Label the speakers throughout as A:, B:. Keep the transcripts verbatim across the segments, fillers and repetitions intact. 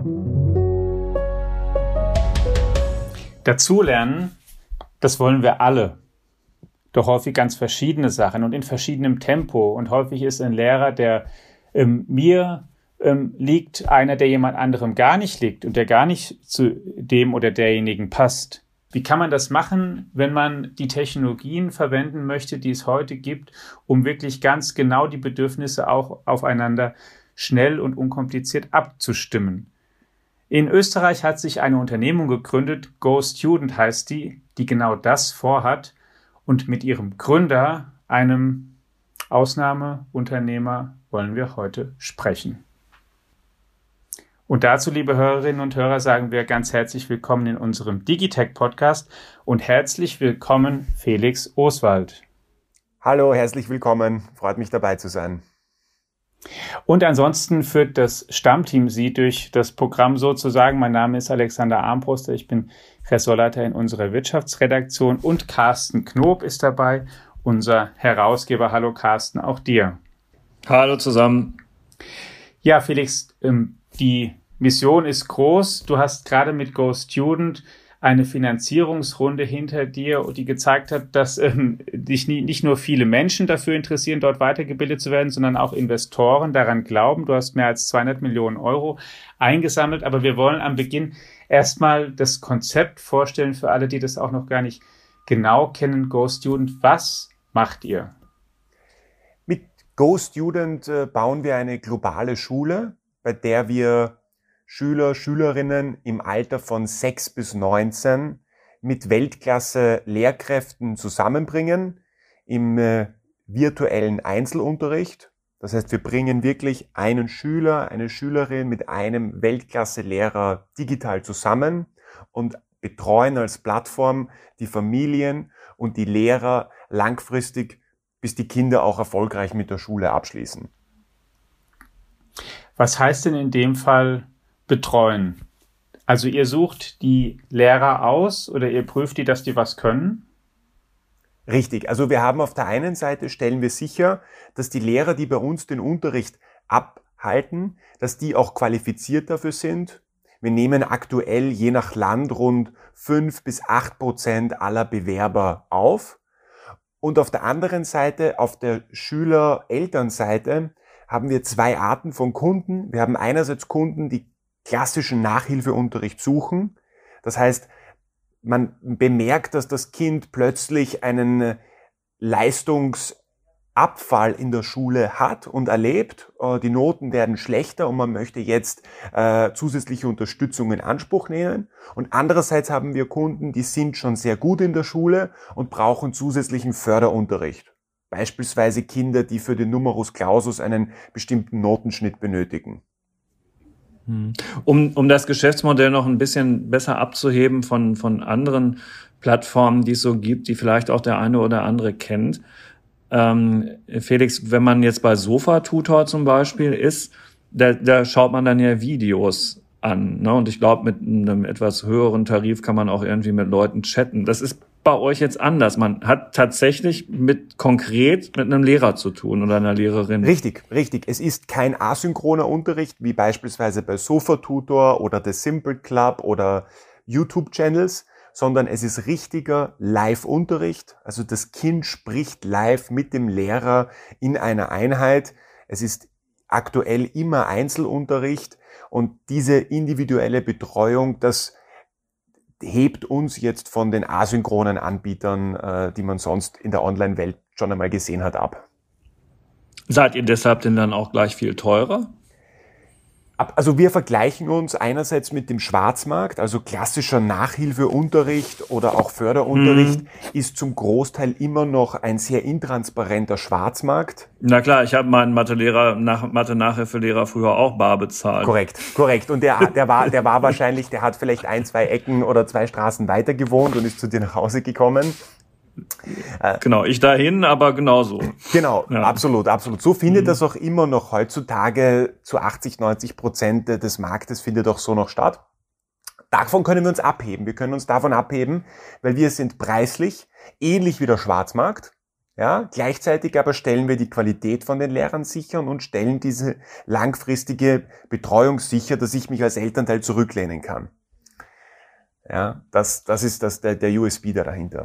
A: Dazulernen, das wollen wir alle. Doch häufig ganz verschiedene Sachen und in verschiedenem Tempo. Und häufig ist ein Lehrer, der ähm, mir ähm, liegt, einer, der jemand anderem gar nicht liegt und der gar nicht zu dem oder derjenigen passt. Wie kann man das machen, wenn man die Technologien verwenden möchte, die es heute gibt, um wirklich ganz genau die Bedürfnisse auch aufeinander schnell und unkompliziert abzustimmen? In Österreich hat sich eine Unternehmung gegründet, GoStudent heißt die, die genau das vorhat und mit ihrem Gründer, einem Ausnahmeunternehmer, wollen wir heute sprechen. Und dazu, liebe Hörerinnen und Hörer, sagen wir ganz herzlich willkommen in unserem Digitech-Podcast und herzlich willkommen Felix Oswald.
B: Hallo, herzlich willkommen. Freut mich, dabei zu sein.
A: Und ansonsten führt das Stammteam Sie durch das Programm sozusagen. Mein Name ist Alexander Armbruster, ich bin Ressortleiter in unserer Wirtschaftsredaktion und Carsten Knob ist dabei, unser Herausgeber. Hallo Carsten, auch dir.
C: Hallo zusammen.
A: Ja, Felix, die Mission ist groß. Du hast gerade mit GoStudent eine Finanzierungsrunde hinter dir, die gezeigt hat, dass ähm, dich nie, nicht nur viele Menschen dafür interessieren, dort weitergebildet zu werden, sondern auch Investoren daran glauben. Du hast mehr als zweihundert Millionen Euro eingesammelt, aber wir wollen am Beginn erstmal das Konzept vorstellen für alle, die das auch noch gar nicht genau kennen. GoStudent, was macht ihr?
B: Mit GoStudent äh, bauen wir eine globale Schule, bei der wir Schüler, Schülerinnen im Alter von sechs bis neunzehn mit Weltklasse-Lehrkräften zusammenbringen im äh, virtuellen Einzelunterricht. Das heißt, wir bringen wirklich einen Schüler, eine Schülerin mit einem Weltklasse-Lehrer digital zusammen und betreuen als Plattform die Familien und die Lehrer langfristig, bis die Kinder auch erfolgreich mit der Schule abschließen.
A: Was heißt denn in dem Fall betreuen? Also ihr sucht die Lehrer aus oder ihr prüft die, dass die was können?
B: Richtig. Also wir haben auf der einen Seite, stellen wir sicher, dass die Lehrer, die bei uns den Unterricht abhalten, dass die auch qualifiziert dafür sind. Wir nehmen aktuell je nach Land rund fünf bis acht Prozent aller Bewerber auf. Und auf der anderen Seite, auf der Schüler-Elternseite, haben wir zwei Arten von Kunden. Wir haben einerseits Kunden, die klassischen Nachhilfeunterricht suchen. Das heißt, man bemerkt, dass das Kind plötzlich einen Leistungsabfall in der Schule hat und erlebt. Die Noten werden schlechter und man möchte jetzt äh, zusätzliche Unterstützung in Anspruch nehmen. Und andererseits haben wir Kunden, die sind schon sehr gut in der Schule und brauchen zusätzlichen Förderunterricht. Beispielsweise Kinder, die für den Numerus Clausus einen bestimmten Notenschnitt benötigen.
C: Um, um das Geschäftsmodell noch ein bisschen besser abzuheben von, von anderen Plattformen, die es so gibt, die vielleicht auch der eine oder andere kennt. Ähm, Felix, wenn man jetzt bei Sofa-Tutor zum Beispiel ist, da, da schaut man dann ja Videos an, ne? Und ich glaube, mit einem etwas höheren Tarif kann man auch irgendwie mit Leuten chatten. Das ist bei euch jetzt anders. Man hat tatsächlich mit konkret mit einem Lehrer zu tun oder einer Lehrerin.
B: Richtig, richtig. Es ist kein asynchroner Unterricht, wie beispielsweise bei Sofa-Tutor oder The Simple Club oder YouTube-Channels, sondern es ist richtiger Live-Unterricht. Also das Kind spricht live mit dem Lehrer in einer Einheit. Es ist aktuell immer Einzelunterricht und diese individuelle Betreuung, das hebt uns jetzt von den asynchronen Anbietern, äh, die man sonst in der Online-Welt schon einmal gesehen hat, ab.
C: Seid ihr deshalb denn dann auch gleich viel teurer?
B: Also wir vergleichen uns einerseits mit dem Schwarzmarkt, also klassischer Nachhilfeunterricht oder auch Förderunterricht, mhm. ist zum Großteil immer noch ein sehr intransparenter Schwarzmarkt.
C: Na klar, ich habe meinen Mathelehrer, nach, Mathe-Nachhilfelehrer früher auch bar bezahlt.
B: Korrekt, korrekt. Und der, der war, der war wahrscheinlich, der hat vielleicht ein, zwei Ecken oder zwei Straßen weiter gewohnt und ist zu dir nach Hause gekommen.
C: Genau, ich dahin, aber genauso.
B: Genau, ja. absolut, absolut. So findet
C: mhm.
B: das auch immer noch heutzutage zu achtzig, neunzig Prozent des Marktes findet auch so noch statt. Davon können wir uns abheben. Wir können uns davon abheben, weil wir sind preislich ähnlich wie der Schwarzmarkt. Ja, gleichzeitig aber stellen wir die Qualität von den Lehrern sicher und stellen diese langfristige Betreuung sicher, dass ich mich als Elternteil zurücklehnen kann. Ja, das, das ist das, der, der U S P da dahinter.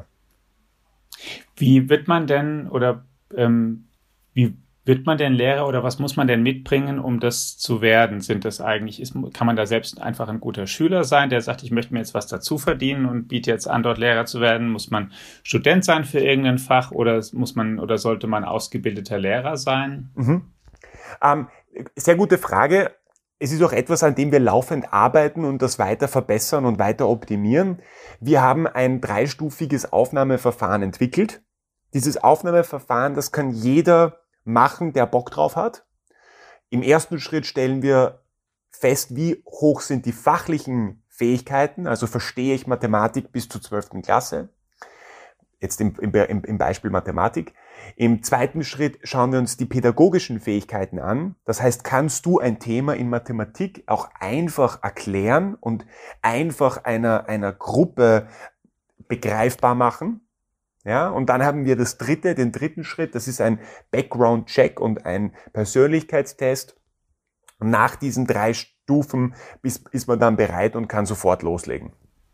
A: Wie wird man denn oder ähm, wie wird man denn Lehrer oder was muss man denn mitbringen, um das zu werden? Sind das eigentlich, ist, kann man da selbst einfach ein guter Schüler sein, der sagt, ich möchte mir jetzt was dazu verdienen und biete jetzt an, dort Lehrer zu werden? Muss man Student sein für irgendein Fach oder muss man oder sollte man ausgebildeter Lehrer sein?
B: Mhm. Ähm, sehr gute Frage. Es ist auch etwas, an dem wir laufend arbeiten und das weiter verbessern und weiter optimieren. Wir haben ein dreistufiges Aufnahmeverfahren entwickelt. Dieses Aufnahmeverfahren, das kann jeder machen, der Bock drauf hat. Im ersten Schritt stellen wir fest, wie hoch sind die fachlichen Fähigkeiten, also verstehe ich Mathematik bis zur zwölften Klasse. Jetzt im, im, im Beispiel Mathematik. Im zweiten Schritt schauen wir uns die pädagogischen Fähigkeiten an. Das heißt, kannst du ein Thema in Mathematik auch einfach erklären und einfach einer, einer Gruppe begreifbar machen? Ja, und dann haben wir das dritte, den dritten Schritt, das ist ein Background-Check und ein Persönlichkeitstest. Und nach diesen drei Stufen ist, ist man dann bereit und kann sofort loslegen.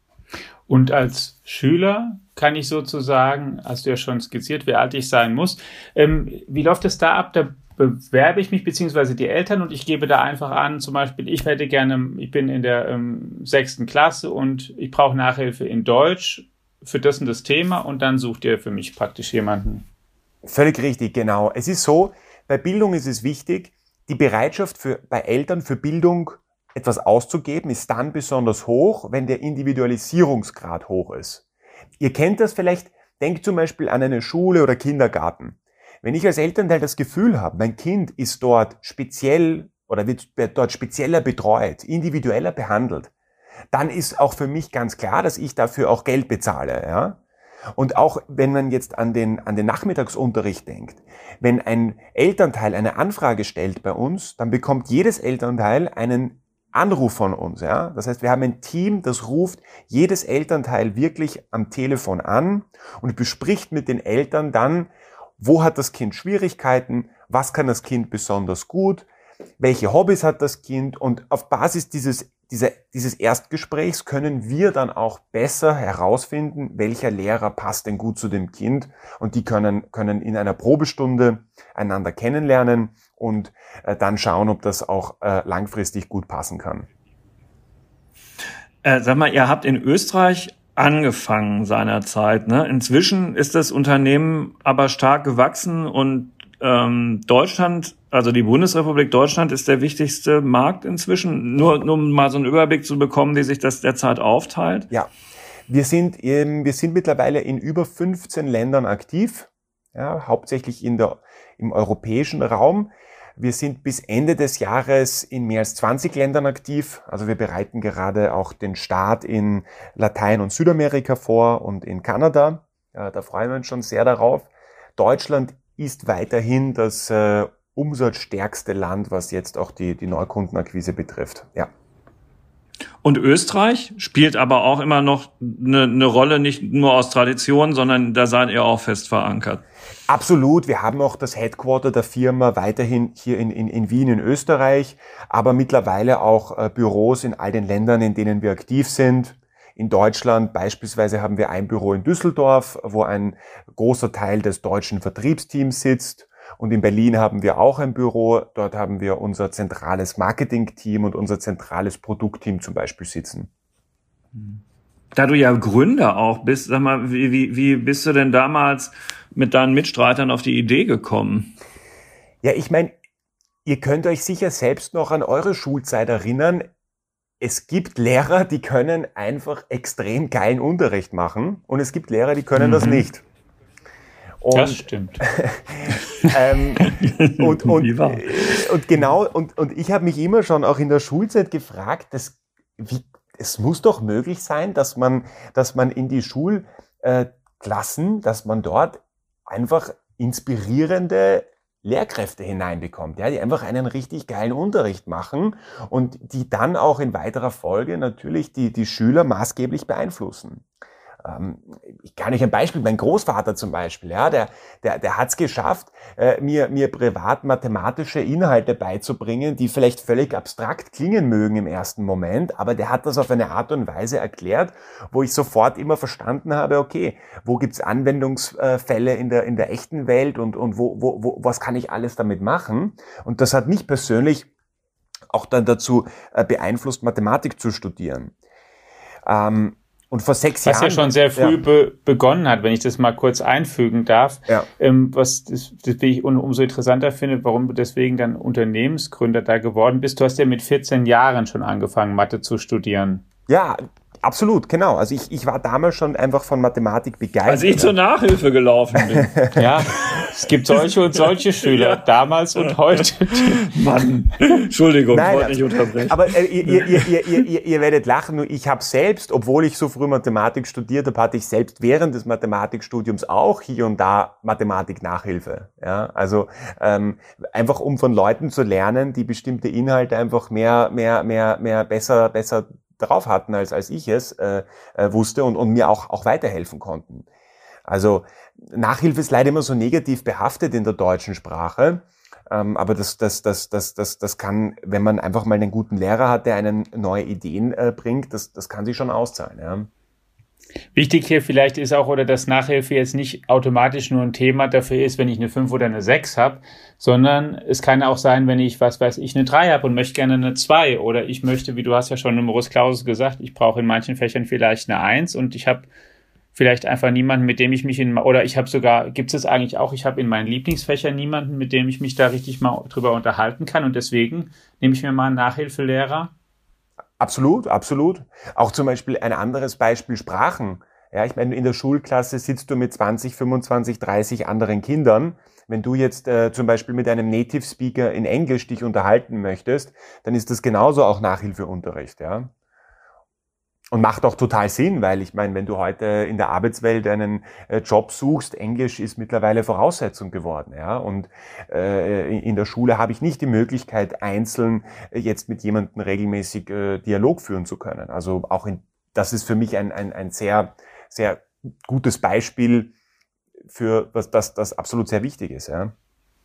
A: Und als Schüler kann ich sozusagen, hast du ja schon skizziert, wie alt ich sein muss. Ähm, wie läuft es da ab? Da bewerbe ich mich, beziehungsweise die Eltern, und ich gebe da einfach an, zum Beispiel, ich hätte gerne, ich bin in der ähm, sechsten Klasse und ich brauche Nachhilfe in Deutsch für das und das Thema, und dann sucht ihr für mich praktisch jemanden.
B: Völlig richtig, genau. Es ist so, bei Bildung ist es wichtig, die Bereitschaft für, bei Eltern für Bildung etwas auszugeben, ist dann besonders hoch, wenn der Individualisierungsgrad hoch ist. Ihr kennt das vielleicht, denkt zum Beispiel an eine Schule oder Kindergarten. Wenn ich als Elternteil das Gefühl habe, mein Kind ist dort speziell oder wird dort spezieller betreut, individueller behandelt, dann ist auch für mich ganz klar, dass ich dafür auch Geld bezahle. Ja? Und auch wenn man jetzt an den, an den Nachmittagsunterricht denkt, wenn ein Elternteil eine Anfrage stellt bei uns, dann bekommt jedes Elternteil einen Anruf von uns. Ja? Das heißt, wir haben ein Team, das ruft jedes Elternteil wirklich am Telefon an und bespricht mit den Eltern dann, wo hat das Kind Schwierigkeiten, was kann das Kind besonders gut, welche Hobbys hat das Kind, und auf Basis dieses Diese, dieses Erstgesprächs können wir dann auch besser herausfinden, welcher Lehrer passt denn gut zu dem Kind, und die können, können in einer Probestunde einander kennenlernen und äh, dann schauen, ob das auch äh, langfristig gut passen kann.
C: Äh, sag mal, ihr habt in Österreich angefangen seinerzeit, ne? Inzwischen ist das Unternehmen aber stark gewachsen und ähm, Deutschland, also die Bundesrepublik Deutschland, ist der wichtigste Markt inzwischen. Nur, nur um mal so einen Überblick zu bekommen, wie sich das derzeit aufteilt.
B: Ja, wir sind, ähm, wir sind mittlerweile in über fünfzehn Ländern aktiv, ja, hauptsächlich in der, im europäischen Raum. Wir sind bis Ende des Jahres in mehr als zwanzig Ländern aktiv. Also wir bereiten gerade auch den Start in Latein- und Südamerika vor und in Kanada. Ja, da freuen wir uns schon sehr darauf. Deutschland ist weiterhin das äh, umsatzstärkste Land, was jetzt auch die, die Neukundenakquise betrifft. Ja.
C: Und Österreich spielt aber auch immer noch eine, eine Rolle, nicht nur aus Tradition, sondern da seid ihr auch fest verankert.
B: Absolut. Wir haben auch das Headquarter der Firma weiterhin hier in, in, in Wien in Österreich, aber mittlerweile auch äh, Büros in all den Ländern, in denen wir aktiv sind. In Deutschland beispielsweise haben wir ein Büro in Düsseldorf, wo ein großer Teil des deutschen Vertriebsteams sitzt. Und in Berlin haben wir auch ein Büro. Dort haben wir unser zentrales Marketingteam und unser zentrales Produktteam zum Beispiel sitzen.
C: Da du ja Gründer auch bist, sag mal, wie, wie, wie bist du denn damals mit deinen Mitstreitern auf die Idee gekommen?
B: Ja, ich meine, ihr könnt euch sicher selbst noch an eure Schulzeit erinnern. Es gibt Lehrer, die können einfach extrem geilen Unterricht machen, und es gibt Lehrer, die können mhm. das nicht.
A: Und, das stimmt.
B: ähm, und, und, und genau, und, und ich habe mich immer schon auch in der Schulzeit gefragt, dass, wie, es muss doch möglich sein, dass man, dass man in die Schulklassen, dass man dort einfach inspirierende Lehrkräfte hineinbekommt, ja, die einfach einen richtig geilen Unterricht machen und die dann auch in weiterer Folge natürlich die, die Schüler maßgeblich beeinflussen. Ähm, ich kann euch ein Beispiel, mein Großvater zum Beispiel, ja, der, der, der hat es geschafft, äh, mir, mir privat mathematische Inhalte beizubringen, die vielleicht völlig abstrakt klingen mögen im ersten Moment, aber der hat das auf eine Art und Weise erklärt, wo ich sofort immer verstanden habe, okay, wo gibt's Anwendungsfälle in der, in der echten Welt und, und wo, wo, wo, was kann ich alles damit machen? Und das hat mich persönlich auch dann dazu äh, beeinflusst, Mathematik zu studieren. Ähm, Und vor sechs
A: was
B: Jahren.
A: Was ja schon sehr früh
B: ja.
A: be- begonnen hat, wenn ich das mal kurz einfügen darf.
B: Ja.
A: Ähm, was das, das ich um, umso interessanter finde, warum du deswegen dann Unternehmensgründer da geworden bist. Du hast ja mit vierzehn Jahren schon angefangen, Mathe zu studieren.
B: Ja, absolut, genau. Also ich, ich war damals schon einfach von Mathematik begeistert.
C: Als ich zur Nachhilfe gelaufen bin.
A: Ja, es gibt solche und solche Schüler, ja. Damals und heute.
C: Mann, Entschuldigung,
B: Nein,
C: ich wollte nicht unterbrechen.
B: Aber äh, ihr, ihr, ihr, ihr, ihr, ihr werdet lachen, nur ich habe selbst, obwohl ich so früh Mathematik studiert habe, hatte ich selbst während des Mathematikstudiums auch hier und da Mathematik-Nachhilfe. Ja, also ähm, einfach um von Leuten zu lernen, die bestimmte Inhalte einfach mehr, mehr, mehr, mehr besser, besser drauf hatten, als, als ich es äh, äh, wusste und, und mir auch, auch weiterhelfen konnten. Also Nachhilfe ist leider immer so negativ behaftet in der deutschen Sprache, ähm, aber das, das, das, das, das, das kann, wenn man einfach mal einen guten Lehrer hat, der einen neue Ideen äh, bringt, das, das kann sich schon auszahlen. Ja.
A: Wichtig hier vielleicht ist auch, oder dass Nachhilfe jetzt nicht automatisch nur ein Thema dafür ist, wenn ich eine fünf oder eine sechs habe, sondern es kann auch sein, wenn ich, was weiß ich, eine drei habe und möchte gerne eine zwei oder ich möchte, wie du hast ja schon im Numerus Clausus gesagt, ich brauche in manchen Fächern vielleicht eine eins und ich habe vielleicht einfach niemanden, mit dem ich mich in, oder ich habe sogar, gibt es eigentlich auch, ich habe in meinen Lieblingsfächern niemanden, mit dem ich mich da richtig mal drüber unterhalten kann und deswegen nehme ich mir mal einen Nachhilfelehrer.
B: Absolut, absolut. Auch zum Beispiel ein anderes Beispiel Sprachen. Ja, ich meine, in der Schulklasse sitzt du mit zwanzig, fünfundzwanzig, dreißig anderen Kindern. Wenn du jetzt äh, zum Beispiel mit einem Native Speaker in Englisch dich unterhalten möchtest, dann ist das genauso auch Nachhilfeunterricht, ja. Und macht auch total Sinn, weil ich meine, wenn du heute in der Arbeitswelt einen äh, Job suchst, Englisch ist mittlerweile Voraussetzung geworden, ja. Und äh, in der Schule habe ich nicht die Möglichkeit, einzeln äh, jetzt mit jemandem regelmäßig äh, Dialog führen zu können. Also auch in, das ist für mich ein ein, ein sehr sehr gutes Beispiel für was das das absolut sehr wichtig ist, ja.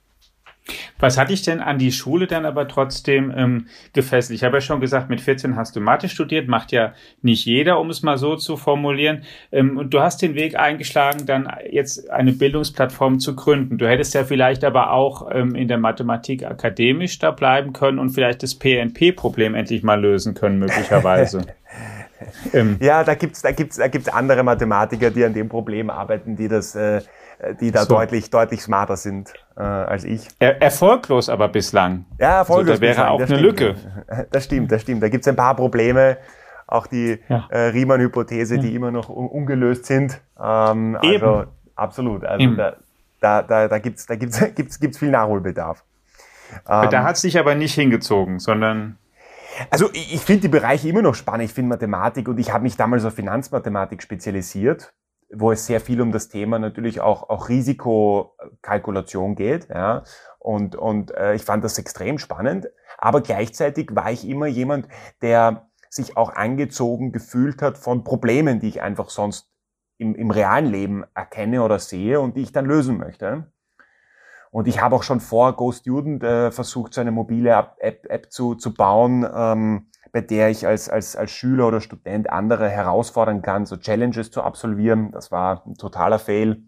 A: Was hat dich denn an die Schule dann aber trotzdem ähm, gefesselt? Ich habe ja schon gesagt, mit vierzehn hast du Mathe studiert, macht ja nicht jeder, um es mal so zu formulieren. Ähm, und du hast den Weg eingeschlagen, dann jetzt eine Bildungsplattform zu gründen. Du hättest ja vielleicht aber auch ähm, in der Mathematik akademisch da bleiben können und vielleicht das P N P-Problem endlich mal lösen können, möglicherweise.
B: ähm. Ja, da gibt's da gibt's da gibt's andere Mathematiker, die an dem Problem arbeiten, die das äh, die da so. deutlich, deutlich smarter sind äh, als ich.
A: Er, erfolglos aber bislang.
B: Ja, erfolglos.
A: Also, da wäre
B: bislang,
A: auch eine
B: stimmt.
A: Lücke.
B: Das stimmt, das stimmt. Da gibt's ein paar Probleme, auch die
A: ja.
B: äh, Riemann-Hypothese, ja. die immer noch un- ungelöst sind. Ähm,
A: Eben.
B: Also absolut. Also Eben. da, da, da, da gibt's, da gibt's, gibt's, gibt's viel Nachholbedarf.
A: Ähm, da hat's dich aber nicht hingezogen, sondern
B: Also ich, ich finde die Bereiche immer noch spannend. Ich finde Mathematik und ich habe mich damals auf Finanzmathematik spezialisiert, wo es sehr viel um das Thema natürlich auch auch Risikokalkulation geht, ja, und und äh, ich fand das extrem spannend, aber gleichzeitig war ich immer jemand, der sich auch angezogen gefühlt hat von Problemen, die ich einfach sonst im im realen Leben erkenne oder sehe und die ich dann lösen möchte. Und ich habe auch schon vor GoStudent äh, versucht, so eine mobile App, App zu zu bauen, ähm, bei der ich als, als, als Schüler oder Student andere herausfordern kann, so Challenges zu absolvieren. Das war ein totaler Fail.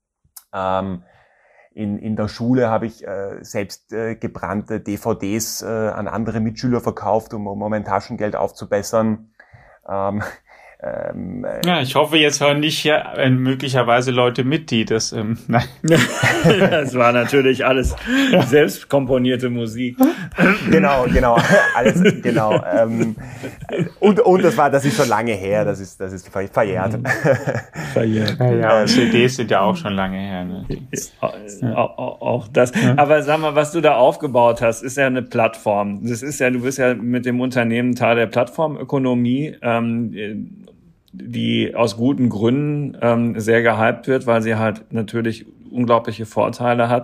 B: Ähm, in, in der Schule habe ich äh, selbst äh, gebrannte D V Ds äh, an andere Mitschüler verkauft, um, um mein Taschengeld aufzubessern. Ähm,
A: Ähm, äh, ja, ich hoffe, jetzt hören nicht ja äh, möglicherweise Leute mit, die das, ähm, nein.
C: Das war natürlich alles ja. selbst komponierte Musik.
B: Genau, genau, alles, genau. Ähm, und, und das war, das ist schon lange her, das ist, das ist verjährt.
A: Verjährt. Ja, ja, und C Ds sind ja auch schon lange her, ne?
C: Ja. Auch, auch das. Ja. Aber sag mal, was du da aufgebaut hast, ist ja eine Plattform. Das ist ja, du bist ja mit dem Unternehmen Teil der Plattformökonomie, ähm, die aus guten Gründen ähm, sehr gehypt wird, weil sie halt natürlich unglaubliche Vorteile hat.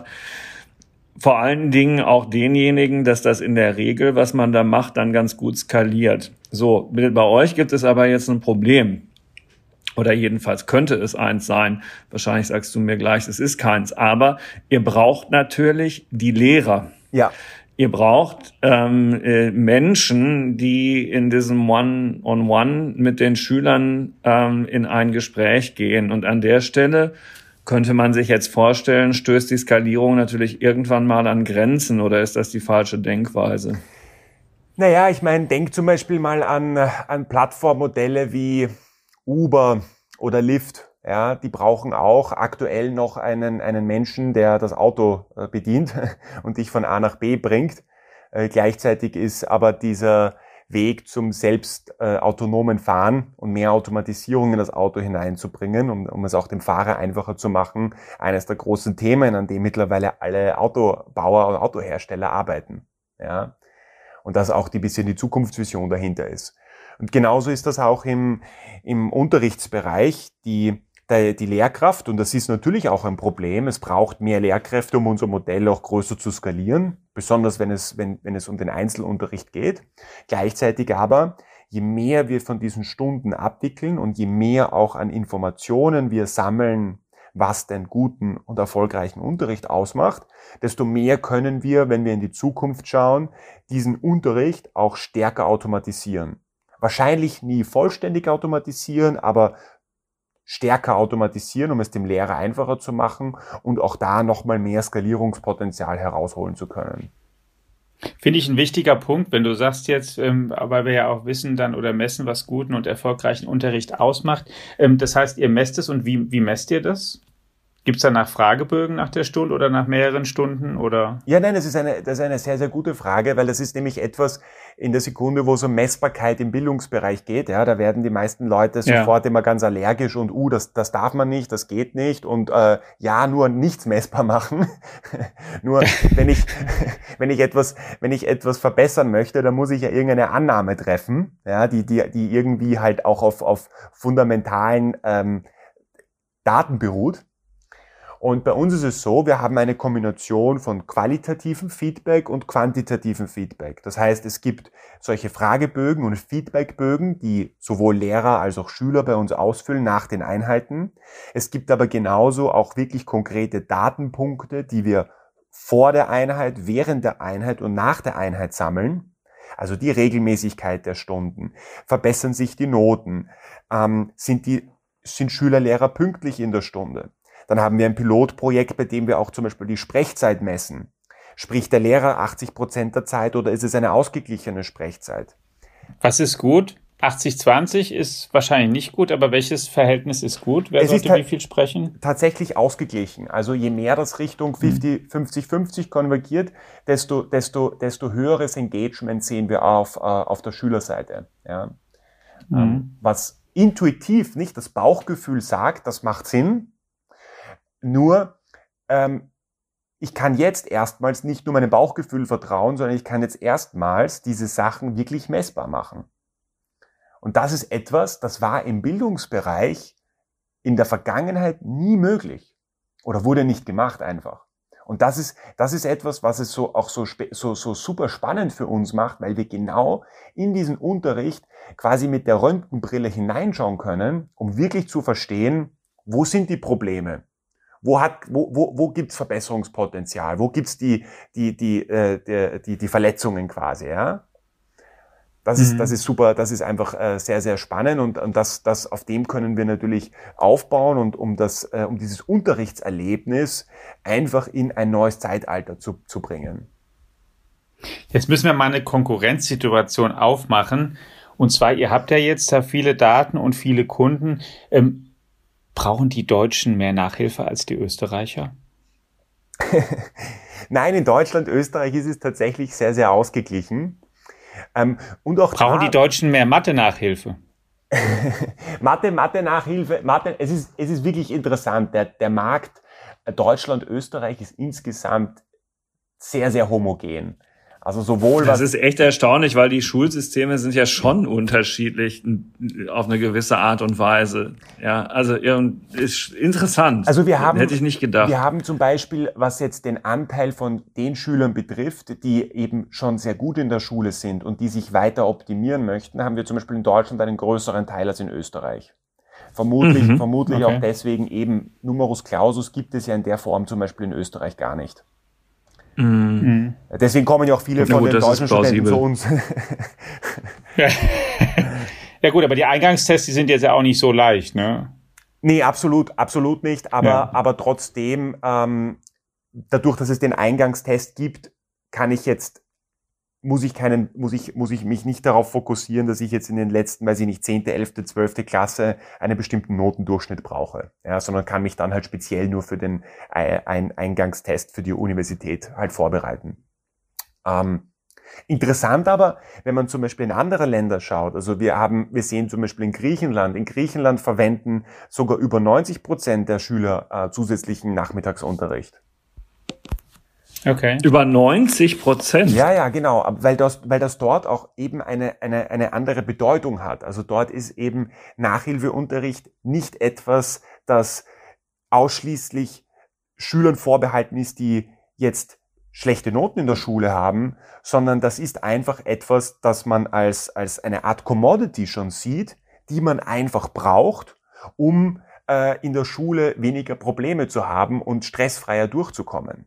C: Vor allen Dingen auch denjenigen, dass das in der Regel, was man da macht, dann ganz gut skaliert. So, bei euch gibt es aber jetzt ein Problem. Oder jedenfalls könnte es eins sein. Wahrscheinlich sagst du mir gleich, es ist keins. Aber ihr braucht natürlich die Lehrer.
B: Ja.
C: Ihr braucht ähm, äh, Menschen, die in diesem One-on-One mit den Schülern ähm, in ein Gespräch gehen. Und an der Stelle könnte man sich jetzt vorstellen, stößt die Skalierung natürlich irgendwann mal an Grenzen, oder ist das die falsche Denkweise?
B: Naja, ich meine, denk zum Beispiel mal an, an Plattformmodelle wie Uber oder Lyft. Ja, die brauchen auch aktuell noch einen, einen Menschen, der das Auto äh, bedient und dich von A nach B bringt. Äh, gleichzeitig ist aber dieser Weg zum selbst äh, autonomen Fahren und mehr Automatisierung in das Auto hineinzubringen, um, um es auch dem Fahrer einfacher zu machen, eines der großen Themen, an dem mittlerweile alle Autobauer und Autohersteller arbeiten. Ja, und das auch die bisschen die Zukunftsvision dahinter ist. Und genauso ist das auch im, im Unterrichtsbereich. Die, die, die Lehrkraft, und das ist natürlich auch ein Problem, es braucht mehr Lehrkräfte, um unser Modell auch größer zu skalieren, besonders wenn es, wenn, wenn es um den Einzelunterricht geht. Gleichzeitig aber, je mehr wir von diesen Stunden abwickeln und je mehr auch an Informationen wir sammeln, was den guten und erfolgreichen Unterricht ausmacht, desto mehr können wir, wenn wir in die Zukunft schauen, diesen Unterricht auch stärker automatisieren. Wahrscheinlich nie vollständig automatisieren, aber stärker automatisieren, um es dem Lehrer einfacher zu machen und auch da nochmal mehr Skalierungspotenzial herausholen zu können.
A: Finde ich ein wichtiger Punkt, wenn du sagst jetzt, ähm, weil wir ja auch wissen dann oder messen, was guten und erfolgreichen Unterricht ausmacht. Ähm, das heißt, ihr messt es, und wie, wie messt ihr das? Gibt es danach Fragebögen nach der Stunde oder nach mehreren Stunden? Oder?
B: Ja, nein, das ist eine, das ist eine sehr, sehr gute Frage, weil das ist nämlich etwas in der Sekunde, wo es um Messbarkeit im Bildungsbereich geht. Ja, da werden die meisten Leute sofort ja. immer ganz allergisch und, uh, das, das darf man nicht, das geht nicht und äh, ja, nur nichts messbar machen. Nur wenn ich, wenn ich etwas, wenn ich etwas verbessern möchte, dann muss ich ja irgendeine Annahme treffen, ja, die, die, die irgendwie halt auch auf, auf fundamentalen ähm, Daten beruht. Und bei uns ist es so, wir haben eine Kombination von qualitativem Feedback und quantitativem Feedback. Das heißt, es gibt solche Fragebögen und Feedbackbögen, die sowohl Lehrer als auch Schüler bei uns ausfüllen nach den Einheiten. Es gibt aber genauso auch wirklich konkrete Datenpunkte, die wir vor der Einheit, während der Einheit und nach der Einheit sammeln. Also die Regelmäßigkeit der Stunden. Verbessern sich die Noten? Ähm, sind die, sind Schüler, Lehrer pünktlich in der Stunde? Dann haben wir ein Pilotprojekt, bei dem wir auch zum Beispiel die Sprechzeit messen. Spricht der Lehrer achtzig Prozent der Zeit oder ist es eine ausgeglichene Sprechzeit?
A: Was ist gut? achtzig zwanzig ist wahrscheinlich nicht gut, aber welches Verhältnis ist gut? Wer
B: es
A: sollte
B: ist
A: wie viel sprechen?
B: Tatsächlich ausgeglichen. Also je mehr das Richtung fünfzig fünfzig konvergiert, desto, desto, desto höheres Engagement sehen wir auf, äh, auf der Schülerseite. Ja. Mhm. Ähm, was intuitiv nicht das Bauchgefühl sagt, das macht Sinn. Nur, ähm, ich kann jetzt erstmals nicht nur meinem Bauchgefühl vertrauen, sondern ich kann jetzt erstmals diese Sachen wirklich messbar machen. Und das ist etwas, das war im Bildungsbereich in der Vergangenheit nie möglich oder wurde nicht gemacht einfach. Und das ist, das ist etwas, was es so auch so, so, so super spannend für uns macht, weil wir genau in diesen Unterricht quasi mit der Röntgenbrille hineinschauen können, um wirklich zu verstehen, wo sind die Probleme? Wo hat, wo, wo, wo gibt's Verbesserungspotenzial? Wo gibt's die, die, die, äh, die, die Verletzungen quasi, ja? Das ist, mhm. das ist super, das ist einfach äh, sehr, sehr spannend und, und das, das, auf dem können wir natürlich aufbauen und um das, äh, um dieses Unterrichtserlebnis einfach in ein neues Zeitalter zu, zu bringen.
A: Jetzt müssen wir mal eine Konkurrenzsituation aufmachen. Und zwar, ihr habt ja jetzt da viele Daten und viele Kunden. Ähm, Brauchen die Deutschen mehr Nachhilfe als die Österreicher?
B: Nein, in Deutschland, Österreich ist es tatsächlich sehr, sehr ausgeglichen. Ähm, und auch
A: Brauchen
B: da,
A: die Deutschen mehr Mathe-Nachhilfe?
B: Mathe, Mathe-Nachhilfe, Mathe, es ist, es ist wirklich interessant. Der, der Markt Deutschland, Österreich ist insgesamt sehr, sehr homogen. Also sowohl
C: das ist echt erstaunlich, weil die Schulsysteme sind ja schon unterschiedlich auf eine gewisse Art und Weise. Ja, also ist interessant.
B: Also wir haben,
C: hätte ich nicht gedacht.
B: Wir haben zum Beispiel, was jetzt den Anteil von den Schülern betrifft, die eben schon sehr gut in der Schule sind und die sich weiter optimieren möchten, haben wir zum Beispiel in Deutschland einen größeren Teil als in Österreich. Vermutlich,
C: Mhm.
B: vermutlich
A: Okay.
B: auch deswegen eben Numerus Clausus gibt es ja in der Form zum Beispiel in Österreich gar nicht.
C: Mhm.
A: Mhm.
B: Deswegen kommen ja auch viele
C: Na
B: von
C: gut,
B: den
C: das ist
B: deutschen Studenten zu
C: plausibel.
B: uns.
A: Ja. Ja gut, aber die Eingangstests, die sind jetzt ja auch nicht so leicht, ne?
B: Nee, absolut, absolut nicht. Aber,
A: Ja.
B: aber trotzdem, ähm, dadurch, dass es den Eingangstest gibt, kann ich jetzt, muss ich keinen, muss ich, muss ich mich nicht darauf fokussieren, dass ich jetzt in den letzten, weiß ich nicht, zehnte, elfte, zwölfte Klasse einen bestimmten Notendurchschnitt brauche. Ja, sondern kann mich dann halt speziell nur für den ein Eingangstest für die Universität halt vorbereiten. Ähm, Interessant aber, wenn man zum Beispiel in andere Länder schaut, also wir haben, wir sehen zum Beispiel in Griechenland, in Griechenland verwenden sogar über neunzig Prozent der Schüler äh, zusätzlichen Nachmittagsunterricht.
A: Okay.
C: Über neunzig Prozent.
B: Ja, ja, genau, weil das, weil das dort auch eben eine, eine, eine andere Bedeutung hat. Also dort ist eben Nachhilfeunterricht nicht etwas, das ausschließlich Schülern vorbehalten ist, die jetzt schlechte Noten in der Schule haben, sondern das ist einfach etwas, das man als, als eine Art Commodity schon sieht, die man einfach braucht, um äh, in der Schule weniger Probleme zu haben und stressfreier durchzukommen.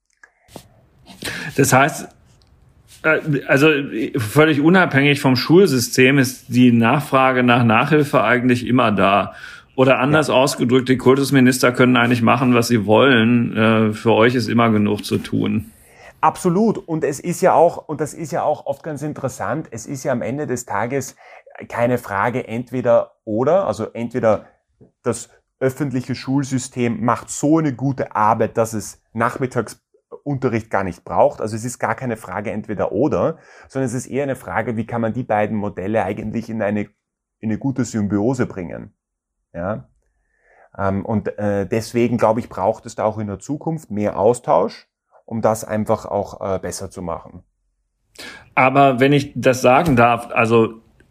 C: Das heißt, äh, also völlig unabhängig vom Schulsystem ist die Nachfrage nach Nachhilfe eigentlich immer da. Oder anders
B: Ja.
C: ausgedrückt, die Kultusminister können eigentlich machen, was sie wollen. Äh, für euch ist immer genug zu tun.
B: Absolut. Und es ist ja auch, und das ist ja auch oft ganz interessant, es ist ja am Ende des Tages keine Frage entweder oder, also entweder das öffentliche Schulsystem macht so eine gute Arbeit, dass es Nachmittagsunterricht gar nicht braucht. Also es ist gar keine Frage entweder oder, sondern es ist eher eine Frage, wie kann man die beiden Modelle eigentlich in eine, in eine gute Symbiose bringen. Ja. Und äh, deswegen, glaube ich, braucht es da auch in der Zukunft mehr Austausch, um das einfach auch äh, besser zu machen.
C: Aber wenn ich das sagen darf, also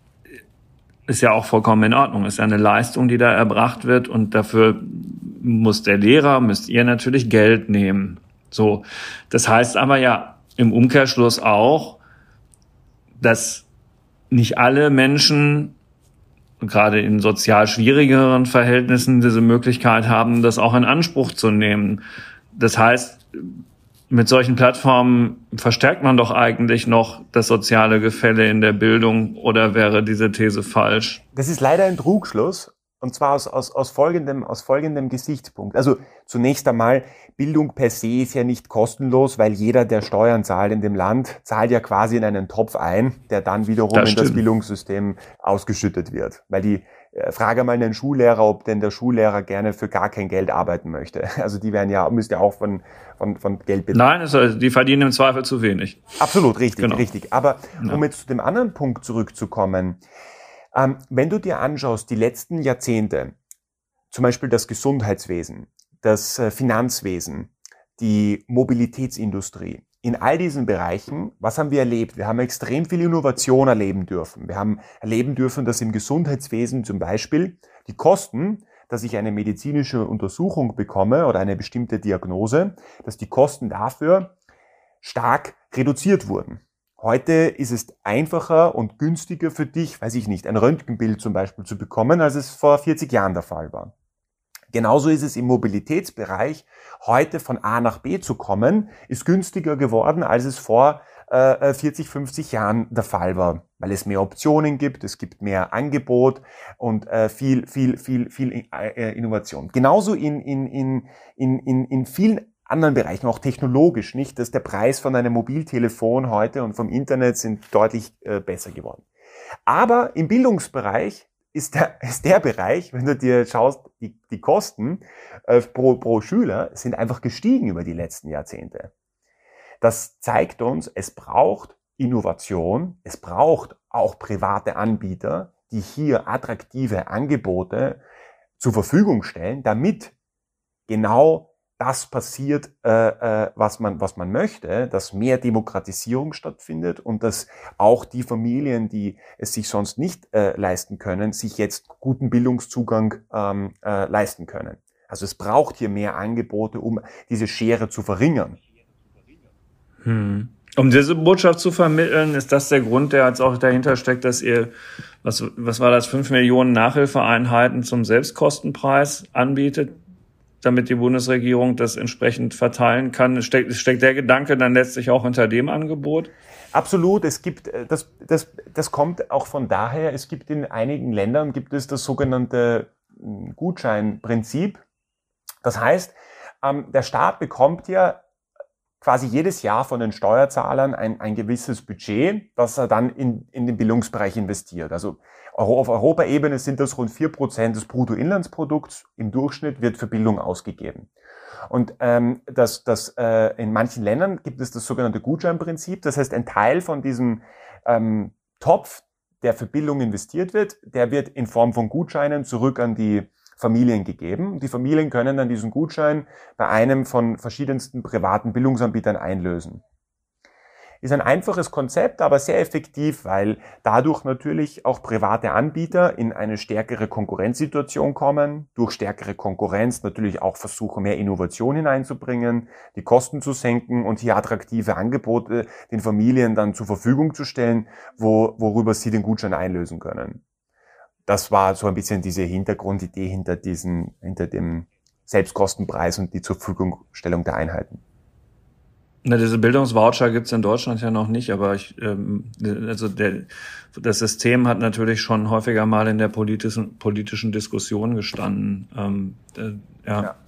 C: ist ja auch vollkommen in Ordnung, ist ja eine Leistung, die da erbracht wird und dafür muss der Lehrer, müsst ihr natürlich Geld nehmen. So, das heißt aber ja im Umkehrschluss auch, dass nicht alle Menschen gerade in sozial schwierigeren Verhältnissen diese Möglichkeit haben, das auch in Anspruch zu nehmen. Das heißt, mit solchen Plattformen verstärkt man doch eigentlich noch das soziale Gefälle in der Bildung, oder wäre diese These falsch?
B: Das ist leider ein Trugschluss, und zwar aus, aus, aus, folgendem, aus folgendem Gesichtspunkt. Also zunächst einmal, Bildung per se ist ja nicht kostenlos, weil jeder, der Steuern zahlt in dem Land, zahlt ja quasi in einen Topf ein, der dann wiederum
C: Das
B: in das
C: stimmt.
B: Bildungssystem ausgeschüttet wird. Weil die, äh, frage mal einen Schullehrer, ob denn der Schullehrer gerne für gar kein Geld arbeiten möchte. Also die werden ja, müsste ja auch von, von, von Geld bezahlen.
C: Nein, es, die verdienen im Zweifel zu wenig.
B: Absolut, richtig,
C: Genau.
B: richtig. Aber
C: Ja.
B: um jetzt zu dem anderen Punkt zurückzukommen, ähm, wenn du dir anschaust, die letzten Jahrzehnte, zum Beispiel das Gesundheitswesen, das äh, Finanzwesen, die Mobilitätsindustrie, in all diesen Bereichen, was haben wir erlebt? Wir haben extrem viel Innovation erleben dürfen. Wir haben erleben dürfen, dass im Gesundheitswesen zum Beispiel die Kosten, dass ich eine medizinische Untersuchung bekomme oder eine bestimmte Diagnose, dass die Kosten dafür stark reduziert wurden. Heute ist es einfacher und günstiger für dich, weiß ich nicht, ein Röntgenbild zum Beispiel zu bekommen, als es vor vierzig Jahren der Fall war. Genauso ist es im Mobilitätsbereich. Heute von A nach B zu kommen, ist günstiger geworden, als es vor äh, vierzig, fünfzig Jahren der Fall war, weil es mehr Optionen gibt, es gibt mehr Angebot und äh, viel, viel, viel, viel äh, Innovation. Genauso in, in, in, in, in, in vielen anderen Bereichen, auch technologisch, nicht, dass der Preis von einem Mobiltelefon heute und vom Internet sind deutlich äh, besser geworden. Aber im Bildungsbereich ist der, ist der Bereich, wenn du dir schaust, die, die Kosten äh, pro, pro Schüler sind einfach gestiegen über die letzten Jahrzehnte. Das zeigt uns, es braucht Innovation, es braucht auch private Anbieter, die hier attraktive Angebote zur Verfügung stellen, damit genau das passiert, äh, äh, was man, was man möchte, dass mehr Demokratisierung stattfindet und dass auch die Familien, die es sich sonst nicht äh, leisten können, sich jetzt guten Bildungszugang ähm, äh, leisten können. Also es braucht hier mehr Angebote, um diese Schere zu verringern.
C: Hm. Um diese Botschaft zu vermitteln, ist das der Grund, der jetzt auch dahinter steckt, dass ihr, was, was war das, fünf Millionen Nachhilfeeinheiten zum Selbstkostenpreis anbietet, damit die Bundesregierung das entsprechend verteilen kann? Steckt, steckt der Gedanke dann letztlich auch hinter dem Angebot?
B: Absolut. Es gibt, das, das, das kommt auch von daher, es gibt in einigen Ländern, gibt es das sogenannte Gutscheinprinzip. Das heißt, der Staat bekommt ja quasi jedes Jahr von den Steuerzahlern ein, ein gewisses Budget, das er dann in, in den Bildungsbereich investiert. Also auf Europaebene sind das rund vier Prozent des Bruttoinlandsprodukts im Durchschnitt wird für Bildung ausgegeben. Und ähm, das, das, äh, in manchen Ländern gibt es das sogenannte Gutscheinprinzip. Das heißt, ein Teil von diesem ähm, Topf, der für Bildung investiert wird, der wird in Form von Gutscheinen zurück an die Familien gegeben. Die Familien können dann diesen Gutschein bei einem von verschiedensten privaten Bildungsanbietern einlösen. Ist ein einfaches Konzept, aber sehr effektiv, weil dadurch natürlich auch private Anbieter in eine stärkere Konkurrenzsituation kommen, durch stärkere Konkurrenz natürlich auch versuchen, mehr Innovation hineinzubringen, die Kosten zu senken und hier attraktive Angebote den Familien dann zur Verfügung zu stellen, wo, worüber sie den Gutschein einlösen können. Das war so ein bisschen diese Hintergrundidee hinter diesen, hinter dem Selbstkostenpreis und die Zurverfügungstellung der Einheiten.
C: Na, diese Bildungsvoucher gibt's in Deutschland ja noch nicht, aber ich, ähm, also der, das System hat natürlich schon häufiger mal in der politischen politischen Diskussion gestanden. Ähm, äh, ja.
B: ja.